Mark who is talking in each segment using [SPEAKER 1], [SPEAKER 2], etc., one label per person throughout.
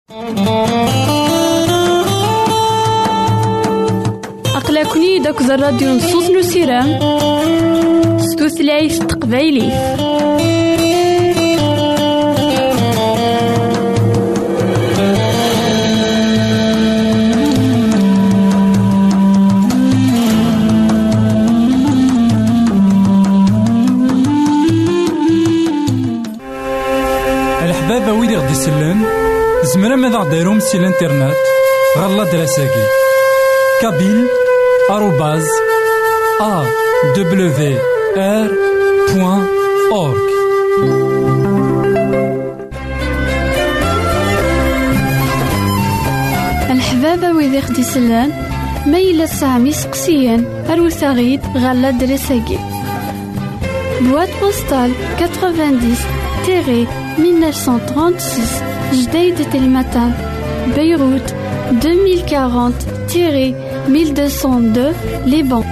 [SPEAKER 1] أقلكني داك الراديو نصوص نسيران ستوثلايف تقبايلي.
[SPEAKER 2] الحبابة ويدي غدي يسلن زمرا ماذا غديرهم سي الانترنت غالا دراساكي كابيل آروباز awr.org.
[SPEAKER 1] الحبابة ويدي غدي يسلن ميلا سامي سقسيان أروثاغيد غالا دراساكي بواد بوستال 90-1936 جديد تلمتان بيروت 2040-1202 Liban.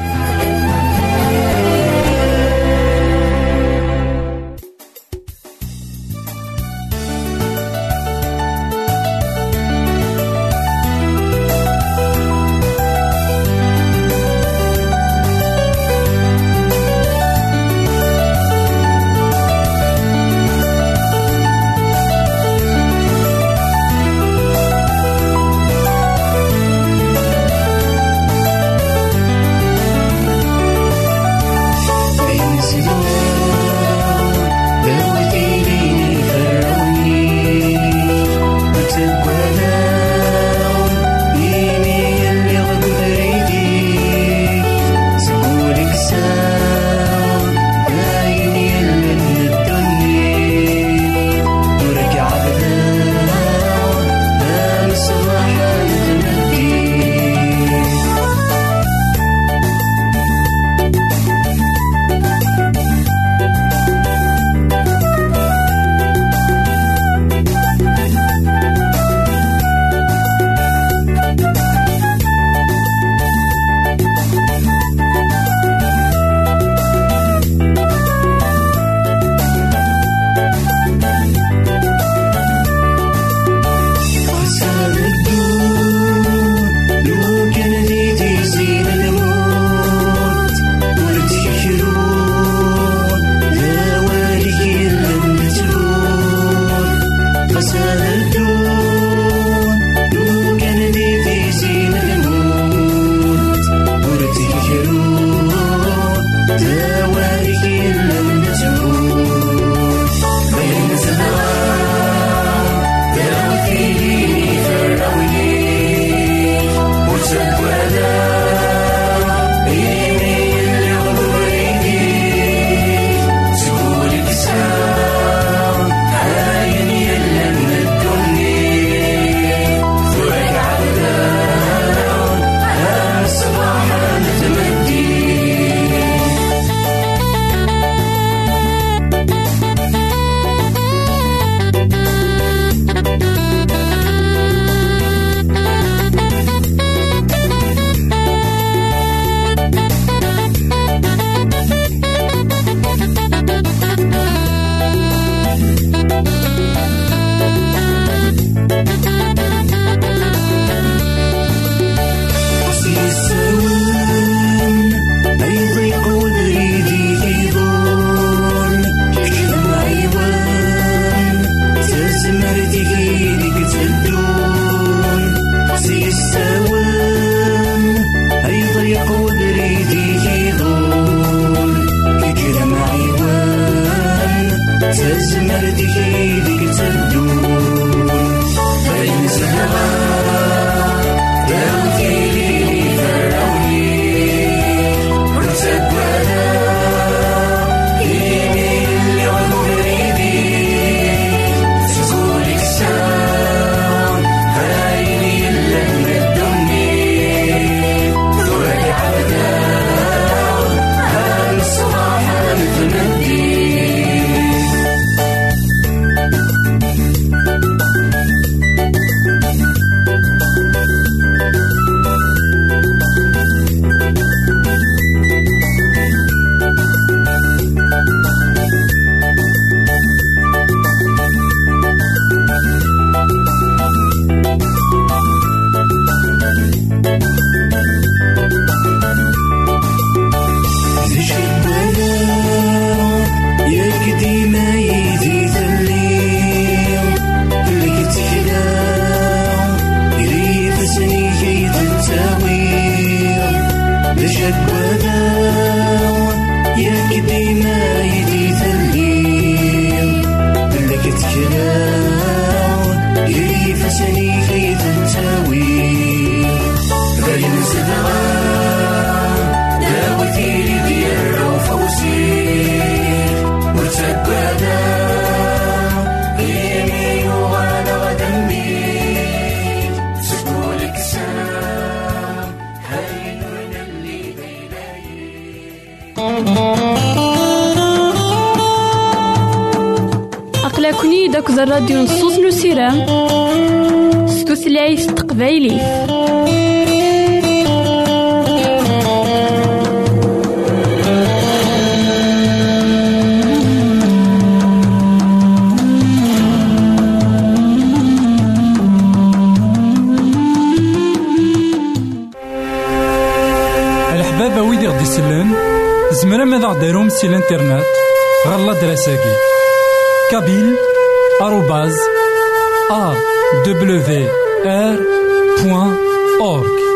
[SPEAKER 3] سني في تنتاوي باين زدغان داوتي ديال وفوسي وتبدا يمين وانا غدمي سكولك سام هاي وانا اللي
[SPEAKER 1] أقلكني داك الراديو نصوص نسيران ستوثلايف تقبايلي.
[SPEAKER 2] الحبابة ويدي غدي يسلن زمرا ماذا غديرهم سي الانترنت غالا دراساكي كابيل @awr.org.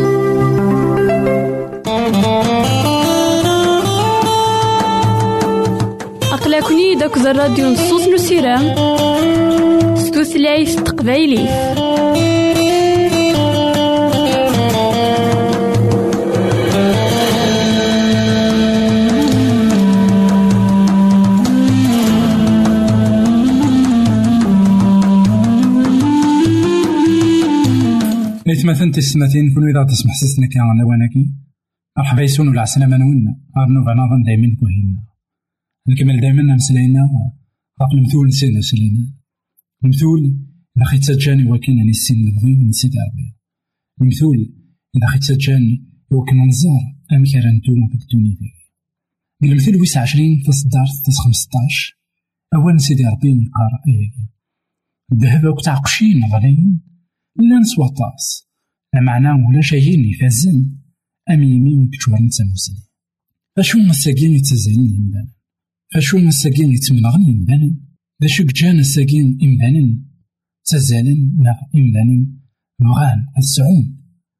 [SPEAKER 1] أقلكني داك الراديو نصوص نسيران ستوثلايف تقبايلي.
[SPEAKER 2] مثلا تسمتين كل إذا تسمح سسنا كان لواناكي مرحبا يسون ولا عسلامة نونا أرنو بناظن دايما كوهينا نكمل دايما نمسلينا غاق المثول نسينا سلينا المثول إذا خيت سجاني وكين يعني السن نبغي ونسيت ربي المثول إذا خيت سجاني وكين نزار أمي كارانتوما في الدنيا ذي المثل ويس 20 تصدار 15 أول نسيت ربي من قارئ الذهب وكتعقشين غاليين لا نسوى طاس لا معناه ولا شيء يفازن أميمي كتشوار نتساموسني فاشو مساقين يتزالن يمدانا فاشو مساقين يتمنغن يمدانا فاشو كجان الساقين يمدانا تزالن لا يمدانا بغان السعون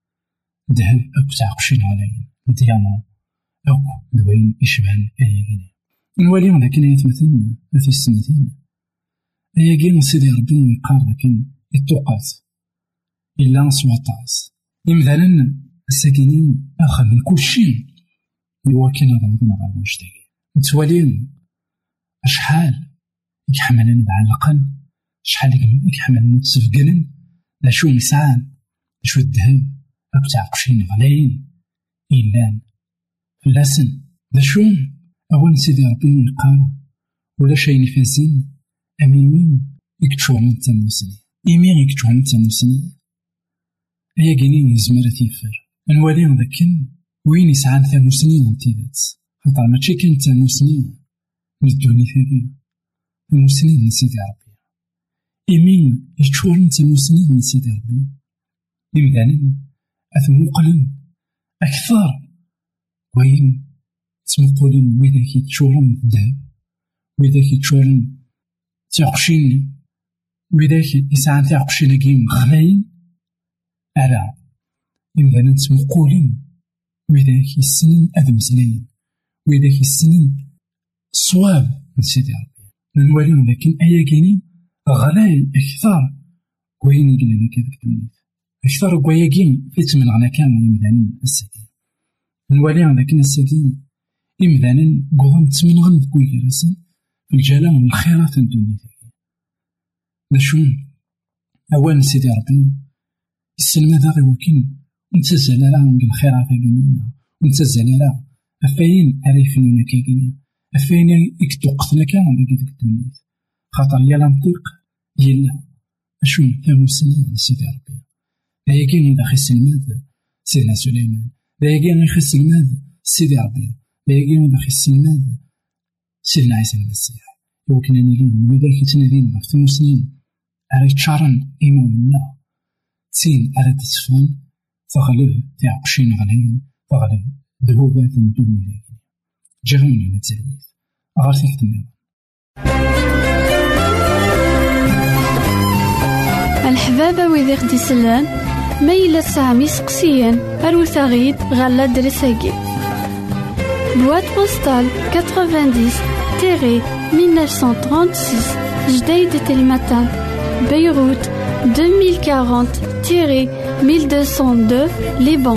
[SPEAKER 2] دهب أكو تعقشين عليهم ديانا أكو دوين إشبان أياقين نواليهم لكن يتمثلنا في السنتين أياقين سيدي ربي يقار لكن التوقات إلا نسوطاس إمثالا الساكنين أخذ من كل شيء يوكين ضوضنا غير مشتاقين نتوالين أشحال يحملن بعلقن شحال يحملن تسفقن لا شو مسعان شو الذهب أبتاع قشين غلاين إلا فلاسن لا شو أول سيدي ربي يقال ولا شي نفازن أميمين يكتشور من تموسني إيمين يكتشور من تموسني أيا قينين يزمر تيفر نواليهم ذاكن وين يسعان ثاموسنين انتيدات خاطر ماشي كان ثاموسنين من الدنيا ثاقية ثاموسنين من سيدي ربي إيمين يتشور من ثاموسنين من سيدي ربي إمدانا أثموقلن أكثر وين تمقولن ويداك يتشورن من الذهب ويداك يتشورن تيعقشين ويداك يسعان تيعقشين كيم غلاين ألا إمدانا تمقولن ويداك يسنن أدمزلين ويداك يسنن صواب من سيدي ربي نواليهم لكن أيا كينين غلاي أكثر وين يقلنا كذاك تمنيت أكثر قوياقين فيت من غنا كامل إمدانا الساكين نواليهم لكن الساكين إمدانا قوهم تمنغن ذكوي كراسن في الجلال من الخيرات الدنيا نشون أولا سيدي ربي السلمة ذا غي وكين نتزال راه نقل الخيرات كاينين ونتزال راه أفاين عريفنا كاينين أفاين يكتوقتنا كامل كذاك الدنيا خاطر يا لنطيق يلا أشون ثاموسنين سيدي ربي لا يكين إذا خس الماذ سيدنا سليمان لا يكين إذا خس الماذ سيدي ربي لا يكين إذا خس الماذ سيدنا عيسى المسيح وكنا نيلين وذاك تنادين غف ثاموسنين أريد شارن إمامنا تين أريد تصفون فغلب تعقشين غلين فغلب ذهوبات الدنيا جغمنا نتزلويث أغارثي احتمال
[SPEAKER 1] الحبابة ويدي خدي سلان ميلا سامي سقسيان أروثاغيد غالا درساقي بواد بوستال 90-1936 جديد تلمتان بيروت 2040-1202 Liban.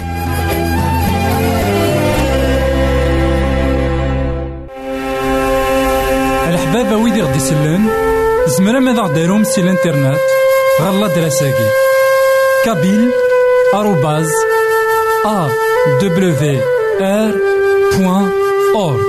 [SPEAKER 4] الحبابة ويدي غدي يسلن زمرا ماذا غديرهم سي الانترنت غالا دراساكي kabyle@awr.org.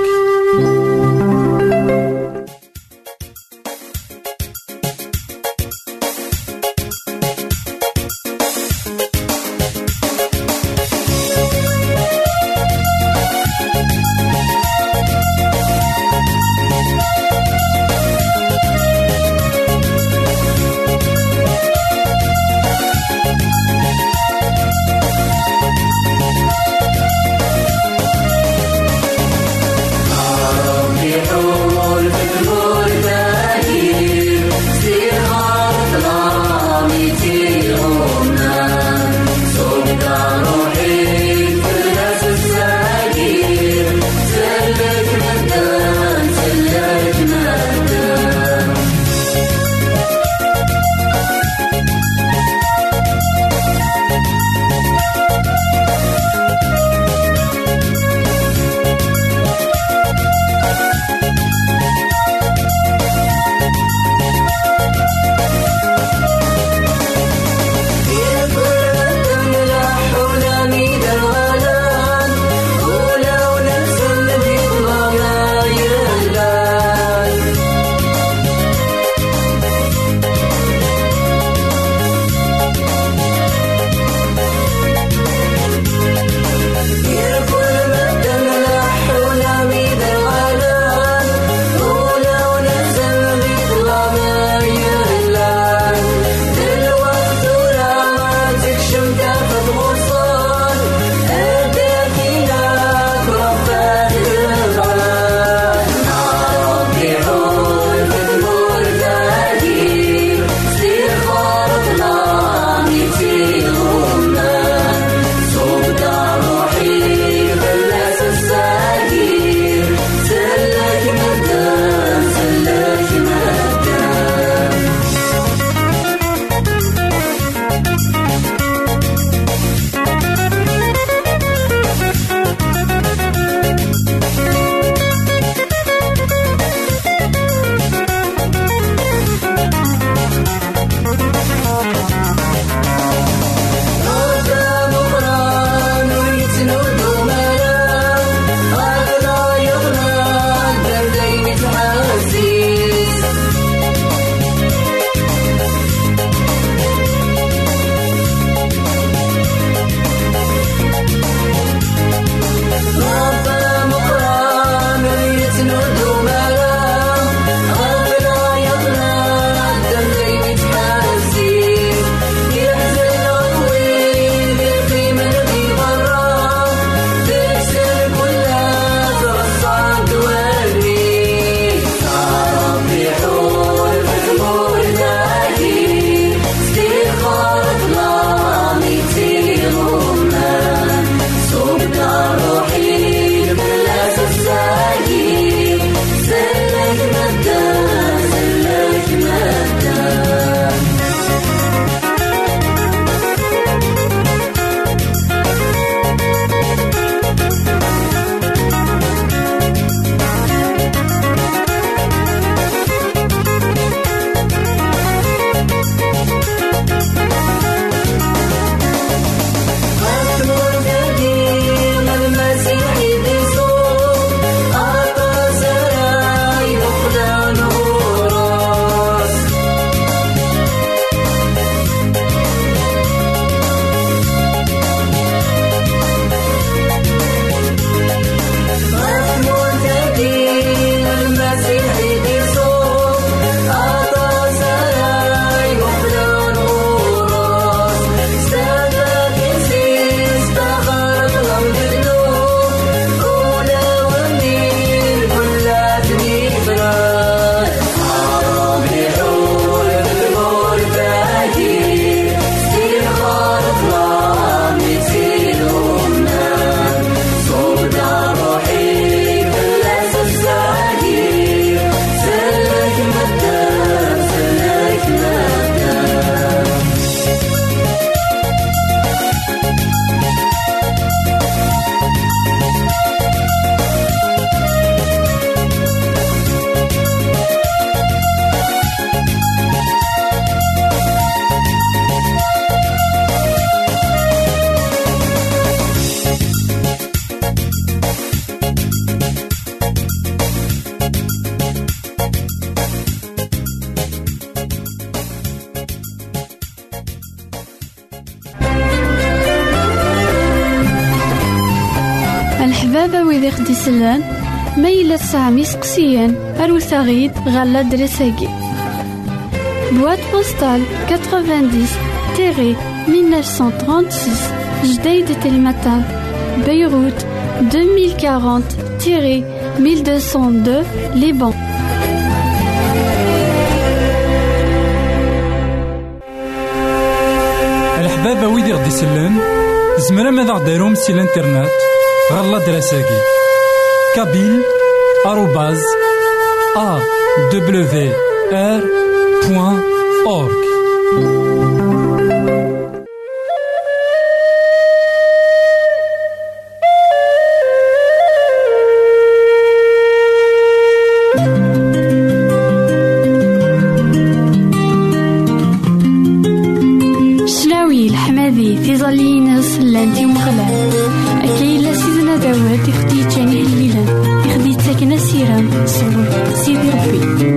[SPEAKER 3] ربي
[SPEAKER 1] الحبابة ويدي خدي سلان ميلا سامي سقسيان أروثاغيد غالا دريساكي بواد بوستال 90-1936 جديد تلمتان بيروت 2040-1202 لبنان.
[SPEAKER 4] الحبابة ويدي غدي سلان زمرا ماذا غديرهم سي الانترنت غالا دراساكي kabyle@awr.org.
[SPEAKER 1] شلاوي الحمادي في ظلينس لانتي مغلال أكيلا سيدنا داود يخدي تاني الليلان يخدي تاكنا سيران صور سيدي ربي.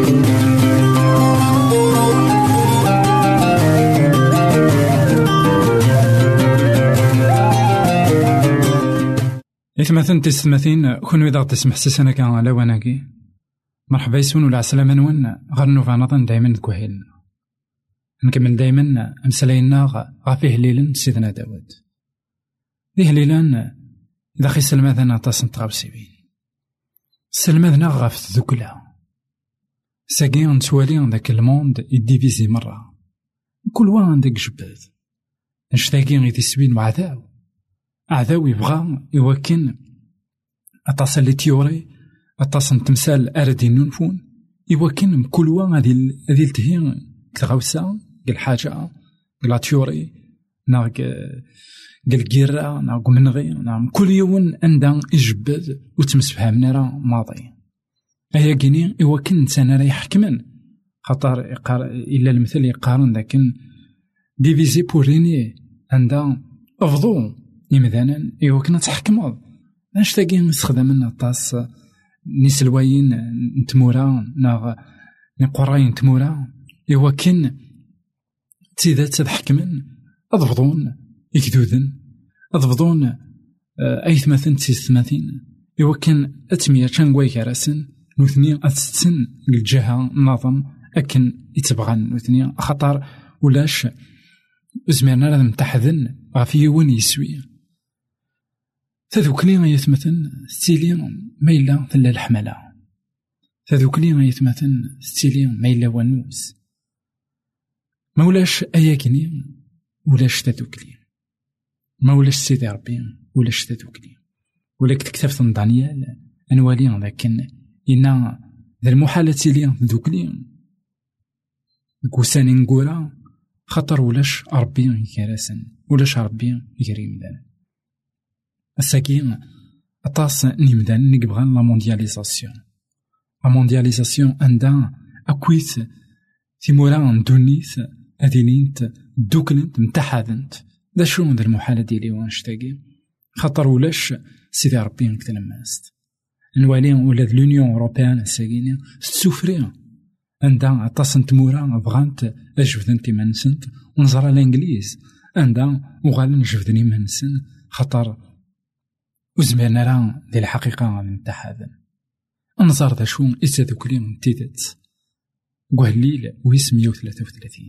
[SPEAKER 4] إثمثن تستمثين كون إذا تسمح سيسانا كان على وناكي مرحبا يسون ولا عسلامة نون غنو فانطن دايما كوهيلنا نكمل دايما أمسلاينا غافيه ليلن سيدنا داود ذيه ليلان إذا خي سلماذنا تصنت غابسيبين سلماذنا غاف ذكلا ساقي نتوالي ذاك الموند يديفيزي مرة كل وان عندك جباد نشتاقي غيثي سبين وعذاو أعذاو يبغى يوكن أتصل لتيوري أتصل تمثال أردي ننفون يوكن كل وان هذه التهين كغوسا قال حاجة قال تيوري ناق قال جيرا ناق منغي نعم كل يوم عندها إجباد وتمسفهمنا راه ماضي هي كيني يوكن إنسان راه يحكمن خاطر إلا المثل يقارن لكن ديفيزي بوريني عندها أفضو مثلا يوكن تحكمض باش تاقي نستخدم طاس نسلوين نتمورا ناغ نقراين نتمورا يوكن تيدا تحكمن أضفضون يكدودن أضفضون أيث مثلا تيستماثين يوكن أتمية شانقوي كراسن نوثني أتستن الجهة نظم أكن يتبغن نوثني خطر ولاش زميرنا لازم تحذن غافي وين يسوي تذوكلي غيثمثن ستيلي ميلا ثلا الحملة تذوكلي غيثمثن ستيلي ميلا ونوس مولاش أياكني ولاش تذوكلي مولاش سيدي ربي ولاش تذوكلي ولك تكتفت دانيال أنوالي لكن إنا ذا المحالة تيلي ذوكلي كوساني نقورا خطر ولاش ربي يكراسن ولاش ربي يكريم دان الساكين أطاس نيمدان نقبغان لا موندياليزاسيون عندها أكويت تيمورا ندونيث أدينينت دوكلنت متحدنت دا شو ذا المحالة ديالي وانشتاقي خطر ولاش سيدي ربي نكتلماست نوالي ولا لونيون أوروبيان الساكين ستسوفري عندها أطاس نتمورا بغانت أجفدن تيمانسنت ونزرا الإنجليز عندها وغالا نجفدني مانسن خطر وزمرنا راه ذي الحقيقة نتحاذن انظر ذا شو إستذكرين امتدت قهليل ويس 133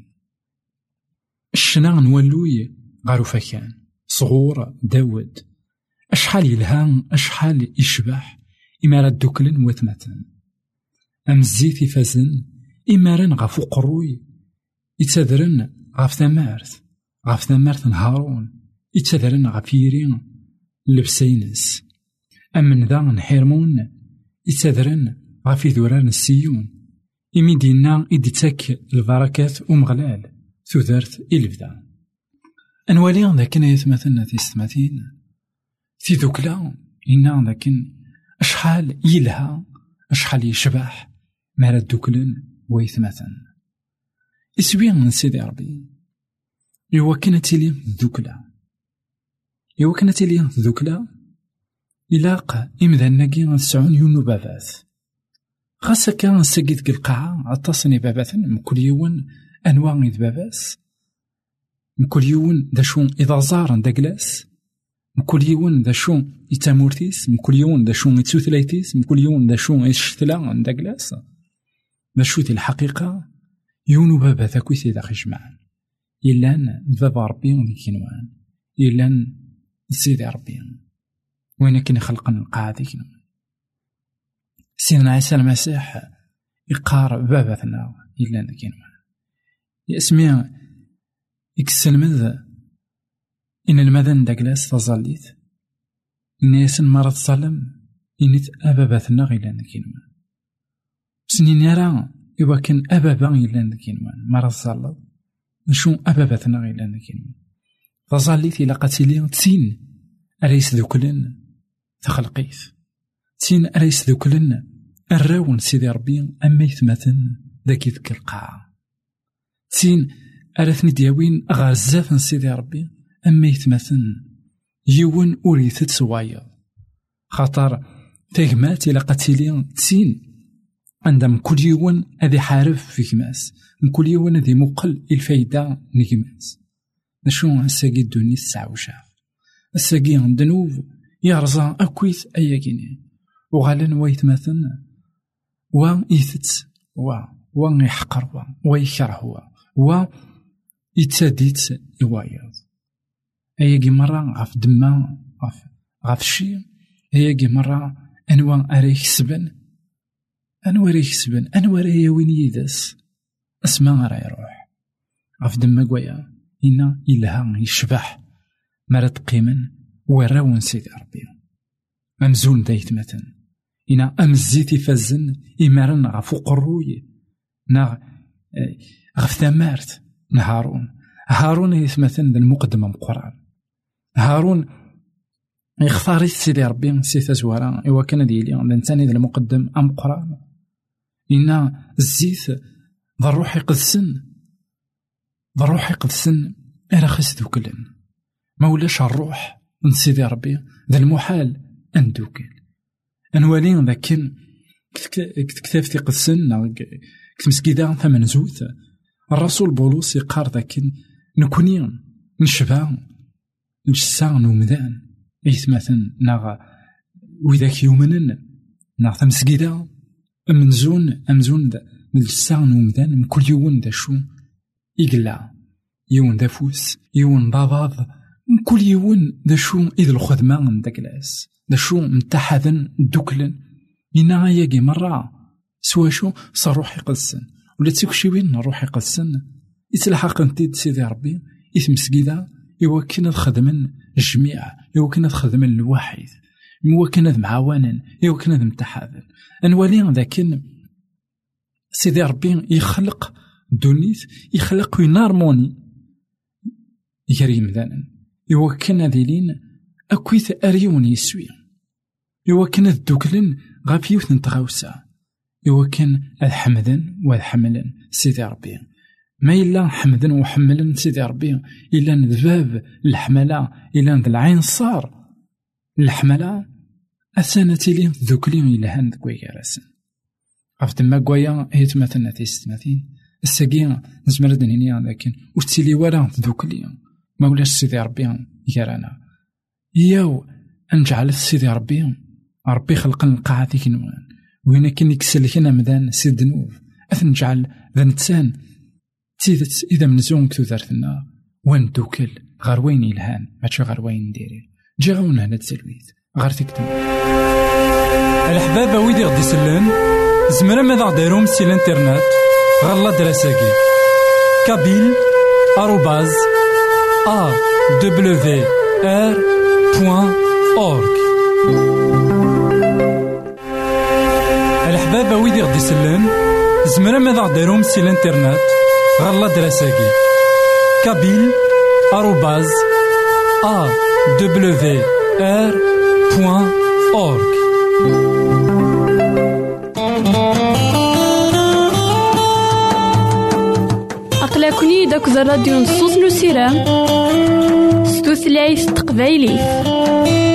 [SPEAKER 4] الشنا نولوي غارو فكان صغور داود أشحال يلهان أشحال يشبح إمارة دوكلن وثمتن أم الزيت يفازن إمارن غافو قروي يتذرن غاف ثمارث هارون يتذرن غافيرين لبسينس أمن ذا نحيرمون يتذرن غافي ذوران السيون إمي دينا إدتاك البركات ومغلال ثوثرت إلفدا أنوالي ذاكن يتمثلنا في ستماثين في ذوكلا إنا ذاكن أشحال يلها أشحال يشبح مارد دوكلن ويتمثل إسويا من سيدي ربي يوكنا تيلي ذوكلا يوكنا تيلي ذوكلا إلاق إمذا ناقي نسعون يونو بابات خاصة كان ساقيت القاعة عطاسني بابات مكل يوم أنواع بابات مكل يوم داشون إذا زار داكلاس كل يوم ذا شو يتامورتيس، كل يوم ذا شو يتسوثلايتيس، كل يوم ذا شو يشتلا عند كلاس ذا شو دي الحقيقة يونو بابا ذاكو سيدا خجمعان إلا بابا ربي ودي كينوان إلا سيدي ربي وين كان خلق القاعدة كينوان. سيدنا عيسى المسيح يقار بابتنا إلا كينوان يسمي يكسل ماذا إن المذن داكلاس تظليت الناس مرض صلم إنت أبابتنا إلا كينوان سنين يرى إوا كان أبابا إلا كينوان مرض صلب نشو أبابتنا إلا كينوان تظليت إلا قتلين تسين أليس ذوكلن تخلقيت تسين أليس ذوكلن الراون سيدي ربي أما يثمثن ذاك ذك القاعة تسين ألثني دياوين غازاف سيدي ربي أما يثمثن يون أوريثت سوايا خاطر تهمات إلا قتلين تسين عندما كل يوم أذي حارف في كماس من كل يوم أذي مقل الفايدة نكماس نشو الساقي الدوني الساعة وشاف الساقي عندنوف يرزا أكويث أياكيني وغالا ويتمثل ويثت ويحقر ويكره ويتساديت يوايض أياكي مرة غاف دما غاف الشي أياكي مرة أنواع أريك سبن أنوار يوين يدس أسمع راه يروح غاف دما قويا إنا إلها يشبح مرات قيمن وراون سيدي ربي أمزون دايت متن إنا أمزيت يفزن إمارن غاف قروي نا غاف ثمارت هارون يثمثن ذا المقدمة مقران هارون يختار سيدي ربي سيث زوارا إوا كان ديالي عندنا ثاني ذا المقدم أم قران إن الزيت ذا الروح يقدسن أنا خس دوكلن ما ولاش الروح من سيدي ربي ذا المحال أن دوكل أنوالين ذاكن كتكتافتي قدسن كتمسكيدا ثمن زوث الرسول بولس يقار ذاكن نكوني نشبع نجسان ومذان يثمثن ناغ وذاك يومنن ناغ ثمسكيدا أمزون نجسان ومذان من كل يوم ذا شو يقلع يون ذا فوس يون ضاضاض من كل يوم ذا شو إذ الخدمة من داكلاس ذا شو متحذن دوكلن إنا ياقي مرة سوا شو صاروح يقدسن ولا تسيكشي وين نروح يقدسن يتلحق انتيد سيدي ربي يتمسكيدا يوكن الخدمن الجميع يوكن الخدمن الواحد يوكن معاونا يوكن متحاذن أنوالين ذاكن سيدي ربي يخلق دونيت يخلق ينارموني يريم ذانا يوكن ذيلين أكويث أريون يسوي يوكن الدوكلن غافيوث نتغوسا يوكن الحمدن والحملن سيدي ربي ما إلا حمدن وحملن سيدي ربي إلا نذباب الحملة إلا نذ العين صار الحملة أسانتي لي ذوكلين إلا هاند كويا راسن عرفت ما كويا هي تمثلنا تيستماثين الساقين نزمر دنيا لكن وتسيلي ورا ذوكلين ما ولاش سيدي ربي يرانا ياو نجعل سيدي ربي خلق القاعة كنوان وين كان يكسل كنا مدان سيد نوف أثنجعل ذا نتسان تيدت إذا منزون كتو ذارتنا وين دوكل غار وين إلهان ماشي غار وين نديري جاونا هنا تسلويت غار تكتم
[SPEAKER 5] الحباب ويدي غدي سلان زمرا ماذا دايروم سي الانترنت غالا دراساكي كابيل آروباز awr.org الحباب ويدي غدي سلان زمرا ماذا دايروم سي الانترنت غالا دراساكي كابيل آروباز awr.org
[SPEAKER 1] أقلكني داك الراديو نصوص نسيران ستوثلايف تقبايلي